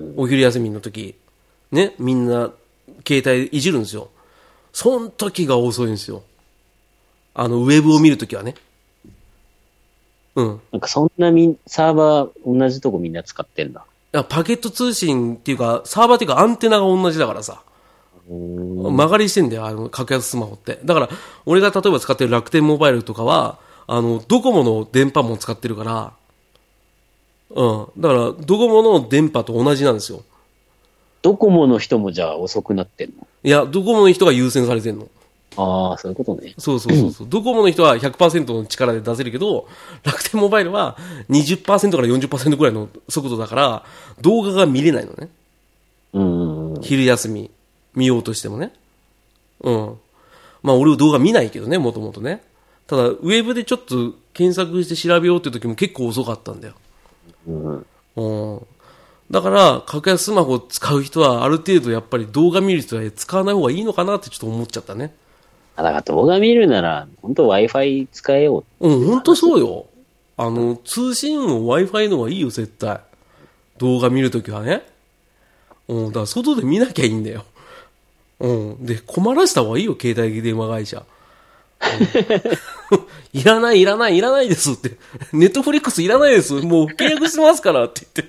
お昼休みの時。ね、みんな、携帯いじるんですよ。その時が遅いんですよ。あの、ウェブを見るときはね。うん。 なんかそんなみサーバー同じとこみんな使ってんだ。 いやパケット通信っていうか、サーバーっていうかアンテナが同じだからさ。曲がりしてんだよ、あの、格安スマホって。だから、俺が例えば使ってる楽天モバイルとかは、あの、ドコモの電波も使ってるから、うん。だから、ドコモの電波と同じなんですよ。 ドコモの人もじゃあ遅くなってんの？ いや、ドコモの人が優先されてんの。 ああ、そういうことね。 そうそうそうそう。ドコモの人は ひゃくパーセント の力で出せるけど、楽天モバイルは にじゅっパーセント から よんじゅっパーセント くらいの速度だから、動画が見れないのね。 うん。 昼休み、見ようとしてもね。うん。まあ俺は動画見ないけどね、もともとね。ただ、ウェブでちょっと検索して調べようって時も結構遅かったんだよ。 うん。 うん。だから、格安スマホを使う人はある程度やっぱり動画見る人は使わない方がいいのかなってちょっと思っちゃったね。 あ、だから動画見るなら、本当 Wi-Fi 使えよう。うん、本当そうよ。あの、通信も Wi-Fi の方がいいよ、絶対。動画見るときはね。うん、だから外で見なきゃいいんだよ。うん。で、困らせた方がいいよ、携帯電話会社。うん、いらない、いらない、いらないですって。ネットフリックスいらないです。もう契約してますからって言って。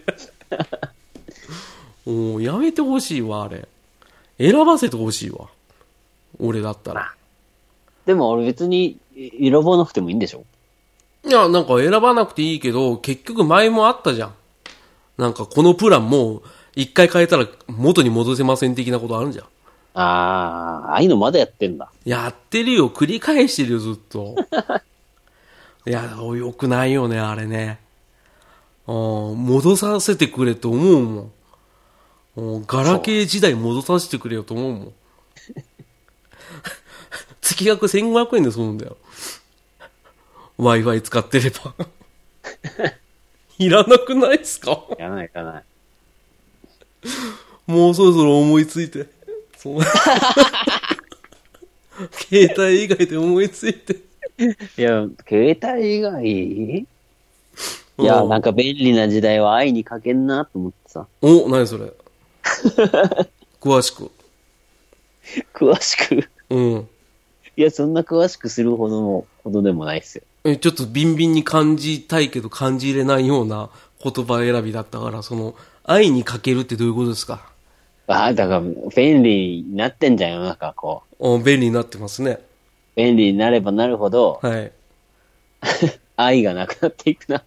もうやめてほしいわ、あれ。選ばせてほしいわ。俺だったら。 でも俺別に選ばなくてもいいんでしょ？ いや、なんか選ばなくていいけど、結局前もあったじゃん。なんかこのプランも一回変えたら元に戻せません的なことあるじゃん。 ああ、ああいうのまだやってんだ。 やってるよ。繰り返してるよ、ずっと。いや、よくないよね、あれね。うん、戻させてくれと思うもん。 もうガラケー時代戻させてくれよと思うもん。月額せんごひゃくえんで済むんだよ。Wi-Fi 使ってれば。いらなくないっすか？ いらない、いらない。 もうそろそろ思いついて。そう携帯以外で思いついて。 いや、携帯以外いや、なんか便利な時代は愛に欠けんなと思ってさ。 お、何それ。詳しく。 詳しく。 うん。 いや、そんな詳しくするほどのほどでもないっすよ。 え、ちょっとビンビンに感じたいけど感じれないような言葉選びだったから、その、愛に欠けるってどういうことですか？ ああ、だから便利になってんじゃん、世の中、こう。便利になってますね。 便利になればなるほど、 はい。 愛がなくなっていくなって。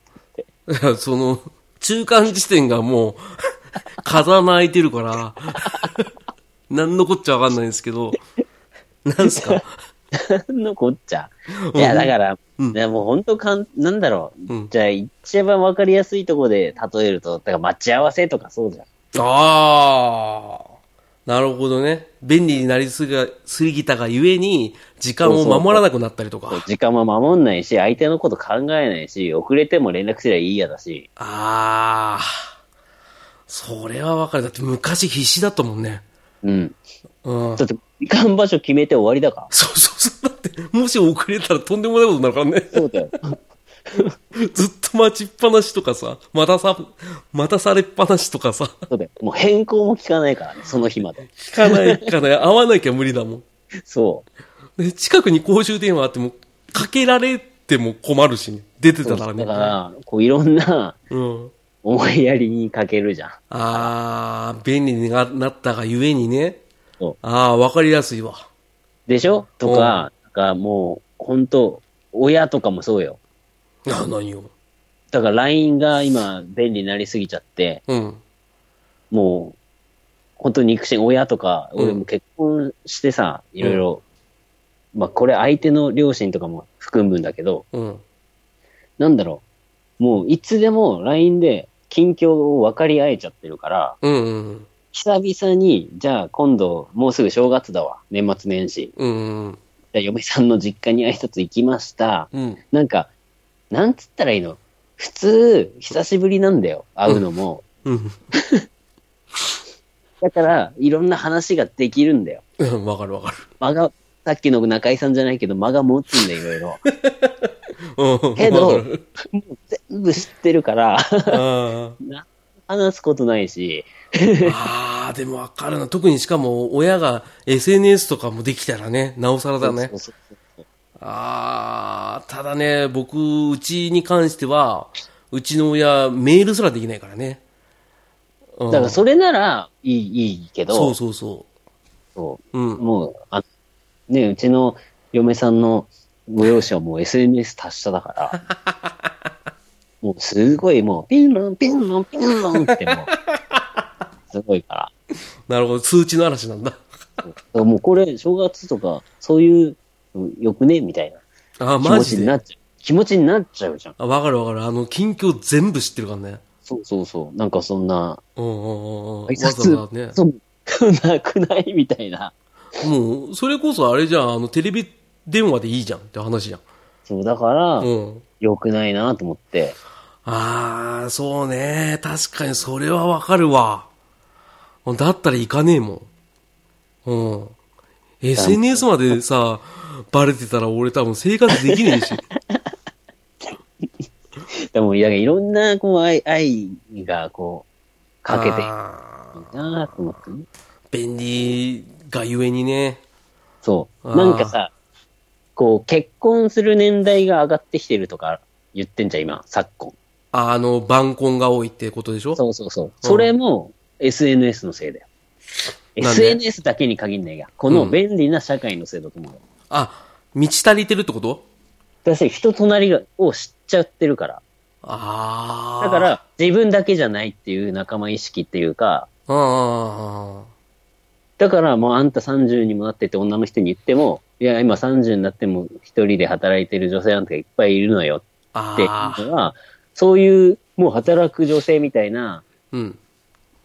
その、中間地点がもう、風穴開いてるから、何のこっちゃわかんないんですけど、なんすか？ 何のこっちゃ。いや、だから、うん、いやもう本当かん、なんだろう。うん、じゃあ、一番わかりやすいところで例えると、だから待ち合わせとかそうじゃん。 ああ、なるほどね。便利になりすぎたがゆえに、時間を守らなくなったりとか。 そうそうそう、時間も守んないし、相手のこと考えないし、遅れても連絡すればいいやだし。 ああ、それはわかる。だって昔必死だったもんね。 うん。うん。だって、時間場所決めて終わりだから。 そうそうそう。だって、もし遅れたらとんでもないことになるからね。 そうだよ。 ずっと待ちっぱなしとかさ、待たさ、待たされっぱなしとかさ。 そうだよ。もう変更も聞かないからね、その日まで。 聞かない、聞かない。会わなきゃ無理だもん。 そう。 で、近くに公衆電話あっても、かけられても困るしね。出てたからね。 だから、こういろんな、うん。思いやりにかけるじゃん。 あー、便利になったがゆえにね。そう。あー、わかりやすいわ。 でしょとか、なんかもう、本当親とかもそうよ。 あ、何を。 だから ライン が今便利になりすぎちゃって、うん、もう、本当に肉親、親とか、俺も結婚してさ、いろいろ、まあこれ相手の両親とかも含むんだけど、うん、なんだろう、もういつでも ライン で近況を分かり合えちゃってるから、うんうん、久々に、じゃあ今度もうすぐ正月だわ、年末年始。うんうん、じゃあ嫁さんの実家に挨拶行きました。うん、なんか、なんつったらいいの？普通、久しぶりなんだよ、会うのも。うん、だから、いろんな話ができるんだよ。 うん、わかるわかる。 間が、さっきの中井さんじゃないけど、間が持つんだよ、いろいろ。けど、もう全部知ってるから、話すことないし。 ああ、でもわかるな。特にしかも、親が エスエヌエス とかもできたらね、なおさらだね。そうそうそうそう、ああ、ただね、僕、うちに関しては、うちの親、メールすらできないからね。 うん、だからそれならいい、いいけど。 そうそうそう。 そう。うん。もう、あ、ね、うちの嫁さんのご両親はもう エスエヌエス 達者だから、もうすごいもう、ピンロン、ピンロン、ピンロンってもう、すごいから。 なるほど、通知の嵐なんだ。 そう、もうこれ、正月とか、そういう、よくねみたいな。あ、マジで気持ちになっちゃう。気持ちになっちゃうじゃん。 あ、わかるわかる。あの、近況全部知ってるからね。 そうそうそう。なんかそんな、うんうんうん。挨拶、ね、 そう、なくないみたいな。 もう、それこそあれじゃん、あの、テレビ電話でいいじゃんって話じゃん。 そう、だから、うん、よくないなと思って。 あー、そうね。確かにそれはわかるわ。だったら行かねえもん。うん。エスエヌエス までさ、バレてたら俺多分生活できねえし。 でもいや、いろんなこう愛、愛がこう、かけていいなと思ってね。 便利がゆえにね。 そう。なんかさ、こう、結婚する年代が上がってきてるとか言ってんじゃん、今、昨今。 あ、あの、晩婚が多いってことでしょ？ そうそうそう。うん、それも エスエヌエス のせいだよ。エスエヌエス だけに限んないや。この便利な社会のせいだと思う。うん、 あ、満ち足りてるってこと？ 私、人となりを知っちゃってるから。 ああ。 だから、自分だけじゃないっていう仲間意識っていうか。 ああ。 だから、もうあんたさんじゅうにもなってて女の人に言っても、いや、今さんじゅうになっても一人で働いてる女性なんていっぱいいるのよっていうのは、そういう、もう働く女性みたいな、うん。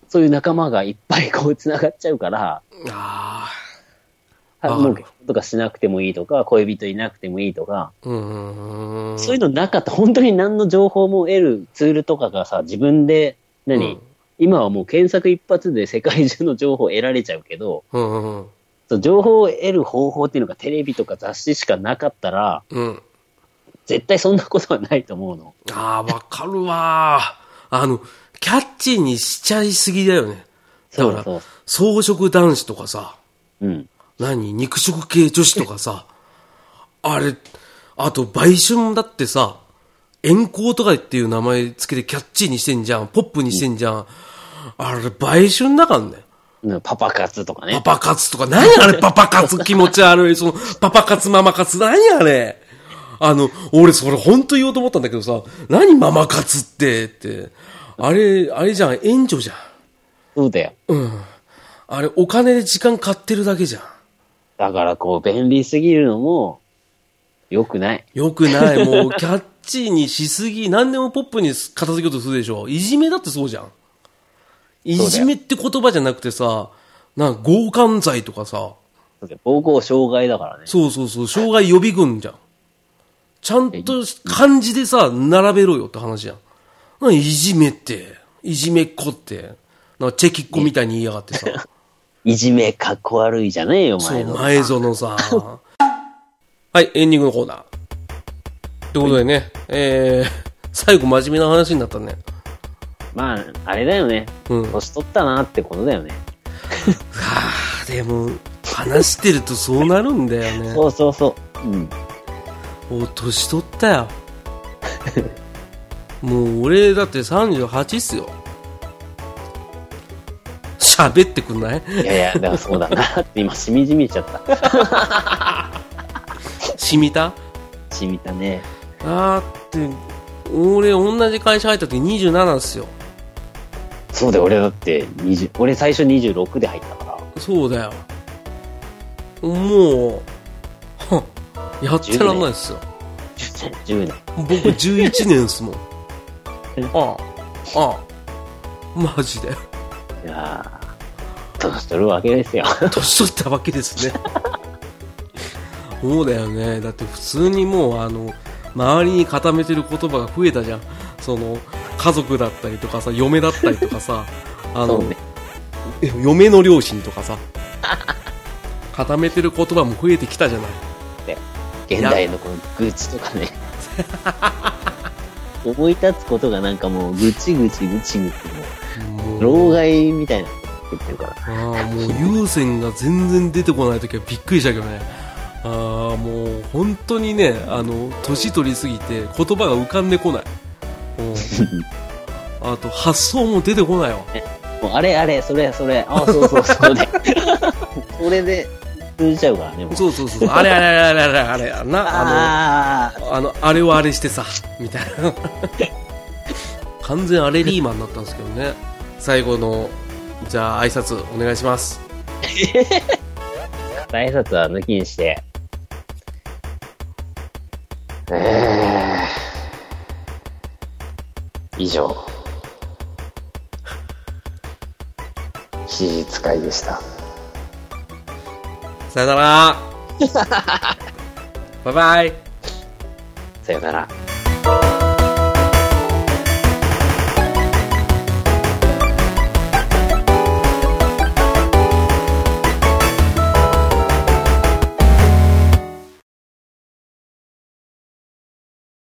そういう仲間がいっぱいこう繋がっちゃうから、 ああ。もう結婚とかしなくてもいいとか、恋人いなくてもいいとか、 うんそういうのなかった。本当に何の情報も得るツールとかがさ、自分で何、うん、今はもう検索一発で世界中の情報を得られちゃうけど、 うんうん、 そう情報を得る方法っていうのがテレビとか雑誌しかなかったら、 うん、 絶対そんなことはないと思うの。 ああ、わかるわ。あの、キャッチーにしちゃいすぎだよね。だから、そうそう草食男子とかさ、 うん、 何肉食系女子とかさ、あれ、あと、売春だってさ、遠行とかっていう名前つけてキャッチーにしてんじゃん。ポップにしてんじゃん。うん、あれ、売春だからね。 パパ活とかね。 パパ活とか。何あれ、パパ活気持ち悪い。その、パパ活、ママ活。何あれ。あの、俺それ本当言おうと思ったんだけどさ、何ママ活って、って。あれ、あれじゃん、援助じゃん。 そうだよ。 うん。あれ、お金で時間買ってるだけじゃん。 だからこう、便利すぎるのも、良くない。 良くない。もう、キャッチーにしすぎ、何でもポップに片付けようとするでしょ。いじめだってそうじゃん。いじめって言葉じゃなくてさ、なんか強姦罪とかさ。 暴行傷害だからね。 そうそうそう、傷害予備軍じゃん。ちゃんと漢字でさ、並べろよって話じゃん。なんかいじめって、いじめっ子って、なんかチェキっ子みたいに言いやがってさ。 いじめかっこ悪いじゃねえよ、前の。 そう、前園さ。はい、エンディングのコーナー。ということでね、えー、最後真面目な話になったね。 まあ、あれだよね。 うん。 年取ったなってことだよね。 はぁ、でも、話してるとそうなるんだよね。 そうそうそう。うん。 もう年取ったよ。もう俺だってさんじゅうはちっすよ。喋ってくんない？ いやいや、だからそうだなって今しみじみちゃった。 しみた？ しみたね。 だって俺同じ会社入った時にじゅうななっすよ。 そうだよ、俺だってにじゅう、俺最初にじゅうろくで入ったから。 そうだよ。もうやってらんないっすよ。 じゅうねん。 僕じゅういちねんっすもん。ああ、ああ、マジで。 いやー、年取るわけですよ。 年取ったわけですね。そうだよね。だって普通にもうあの周りに固めてる言葉が増えたじゃん。その家族だったりとかさ、嫁だったりとかさ、あの、ね、嫁の両親とかさ、固めてる言葉も増えてきたじゃない。 ね、現代のこの愚痴とかね。思い立つことがなんかもうぐちぐちぐちぐちもう老害みたいなこと言ってるから。 ああ、もう優先が全然出てこないときはびっくりしたけどね。ああ、もう本当にね、あの年取りすぎて言葉が浮かんでこない。あと発想も出てこないわ。 もうあれあれ、それそれ、あ、そうそうそうで。それで通じちゃうからね。もうそうそうそう、あれあれあれあれあれあれな、あのあのあれをあれしてさみたいな。完全アレリーマンになったんですけどね。最後のじゃあ挨拶お願いします。 挨拶は抜きにして、えー、以上史実会でした。 さよなら。バイバイ。 さよなら。